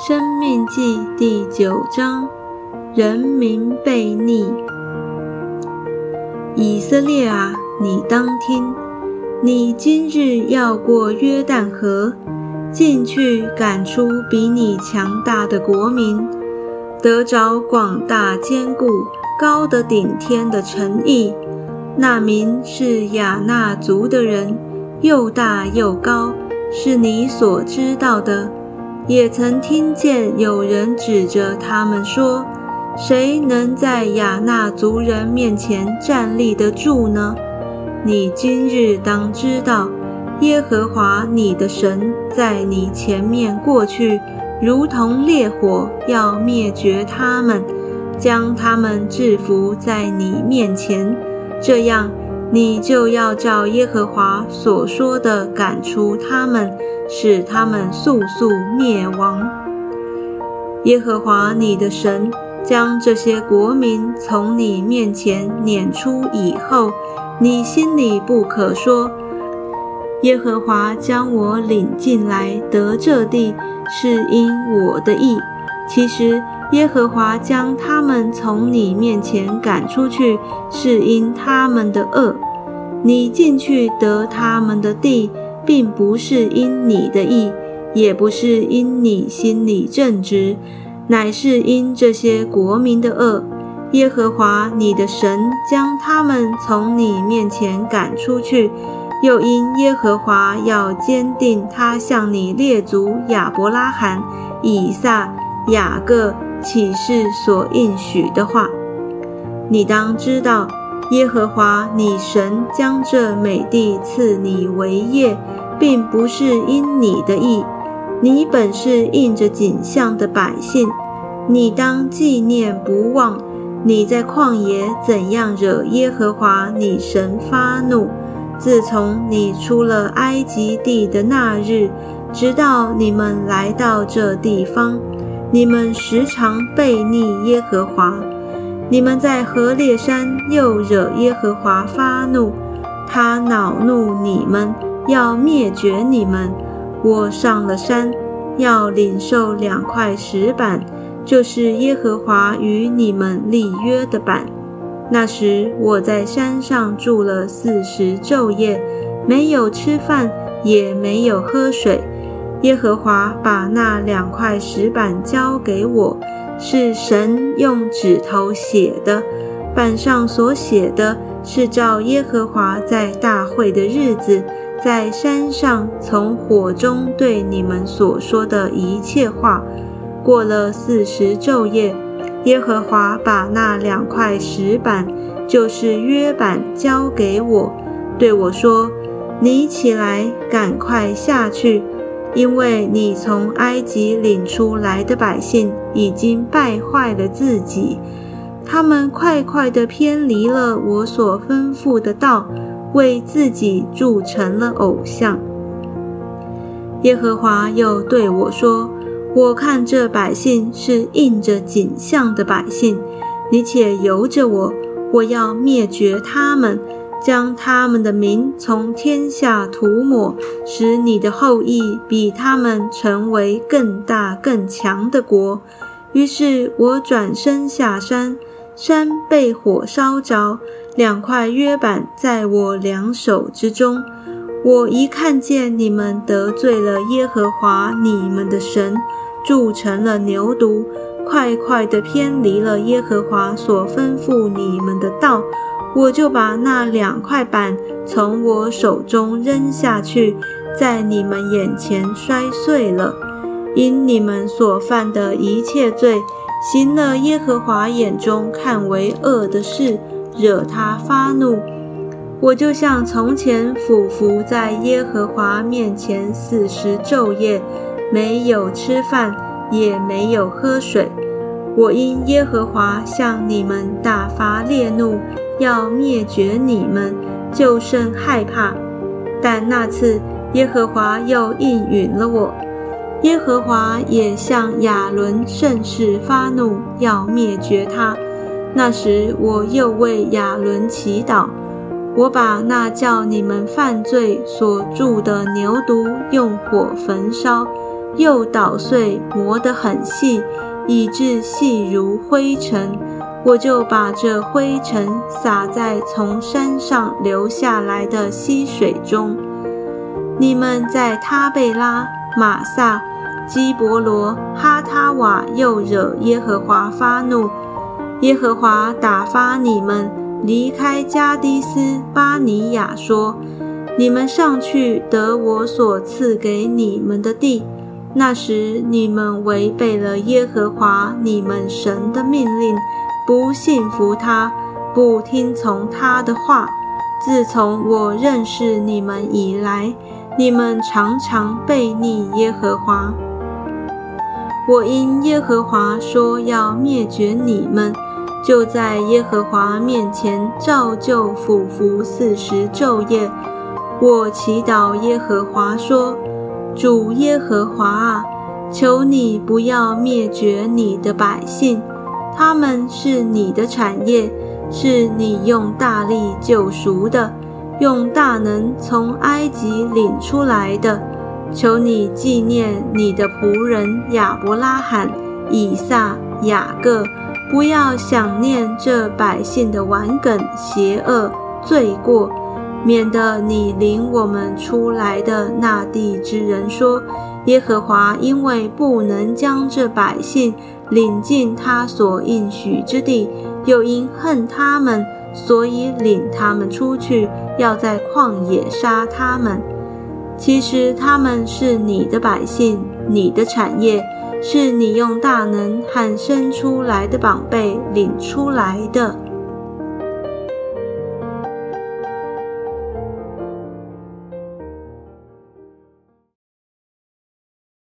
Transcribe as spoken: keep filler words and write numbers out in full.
申命记第九章，人民悖逆。以色列啊，你当听，你今日要过约旦河，进去赶出比你强大的国民，得着广大坚固、高得顶天的城邑。那民是亚衲族的人，又大又高，是你所知道的。也曾听见有人指着他们说，谁能在亚衲族人面前站立得住呢？你今日当知道，耶和华你的神在你前面过去，如同烈火，要灭绝他们，将他们制服在你面前。这样，你就要照耶和华所说的赶出他们，使他们速速灭亡。耶和华你的神将这些国民从你面前撵出以后，你心里不可说，耶和华将我领进来得这地，是因我的义。其实耶和华将他们从你面前赶出去，是因他们的恶。你进去得他们的地，并不是因你的义，也不是因你心里正直，乃是因这些国民的恶。耶和华你的神将他们从你面前赶出去，又因耶和华要坚定他向你列祖亚伯拉罕、以撒、雅各起誓所应许的话。你当知道，耶和华你神将这美地赐你为业，并不是因你的义，你本是应着景象的百姓。你当纪念不忘，你在旷野怎样惹耶和华你神发怒。自从你出了埃及地的那日，直到你们来到这地方，你们时常悖逆耶和华。你们在何烈山又惹耶和华发怒，他恼怒你们，要灭绝你们。我上了山，要领受两块石板，就是耶和华与你们立约的板。那时我在山上住了四十昼夜，没有吃饭，也没有喝水。耶和华把那两块石板交给我，是神用指头写的，板上所写的是照耶和华在大会的日子，在山上从火中对你们所说的一切话。过了四十昼夜，耶和华把那两块石板，就是约板交给我，对我说，你起来，赶快下去，因为你从埃及领出来的百姓已经败坏了自己，他们快快地偏离了我所吩咐的道，为自己铸成了偶像。耶和华又对我说，我看这百姓是应着景象的百姓，你且由着我，我要灭绝他们，将他们的名从天下涂抹，使你的后裔比他们成为更大更强的国。于是我转身下山，山被火烧着，两块约板在我两手之中。我一看见你们得罪了耶和华你们的神，铸成了牛犊，快快地偏离了耶和华所吩咐你们的道，我就把那两块板从我手中扔下去，在你们眼前摔碎了。因你们所犯的一切罪，行了耶和华眼中看为恶的事，惹他发怒。我就像从前俯伏在耶和华面前四十昼夜，没有吃饭，也没有喝水。我因耶和华向你们大发烈怒，要灭绝你们，就甚害怕。但那次耶和华又应允了我。耶和华也向亚伦甚是发怒，要灭绝他。那时我又为亚伦祈祷，我把那叫你们犯罪所铸的牛犊用火焚烧， 又捣碎，磨得很细，以致细如灰尘。我就把这灰尘撒在从山上流下来的溪水中。你们在他贝拉、玛撒、基伯罗、哈他瓦又惹耶和华发怒，耶和华打发你们离开加低斯巴尼亚，说：你们上去得我所赐给你们的地。那时你们违背了耶和华你们神的命令，不信服他，不听从他的话。自从我认识你们以来，你们常常悖逆耶和华。我因耶和华说要灭绝你们，就在耶和华面前照旧俯伏四十昼夜。我祈祷耶和华说：主耶和华啊，求你不要灭绝你的百姓，他们是你的产业，是你用大力救赎的，用大能从埃及领出来的。求你纪念你的仆人亚伯拉罕、以撒、雅各，不要想念这百姓的顽梗、邪恶、罪过，免得你领我们出来的那地之人说：耶和华因为不能将这百姓领进他所应许之地，又因恨他们，所以领他们出去，要在旷野杀他们。其实他们是你的百姓，你的产业，是你用大能和生出来的宝贝领出来的。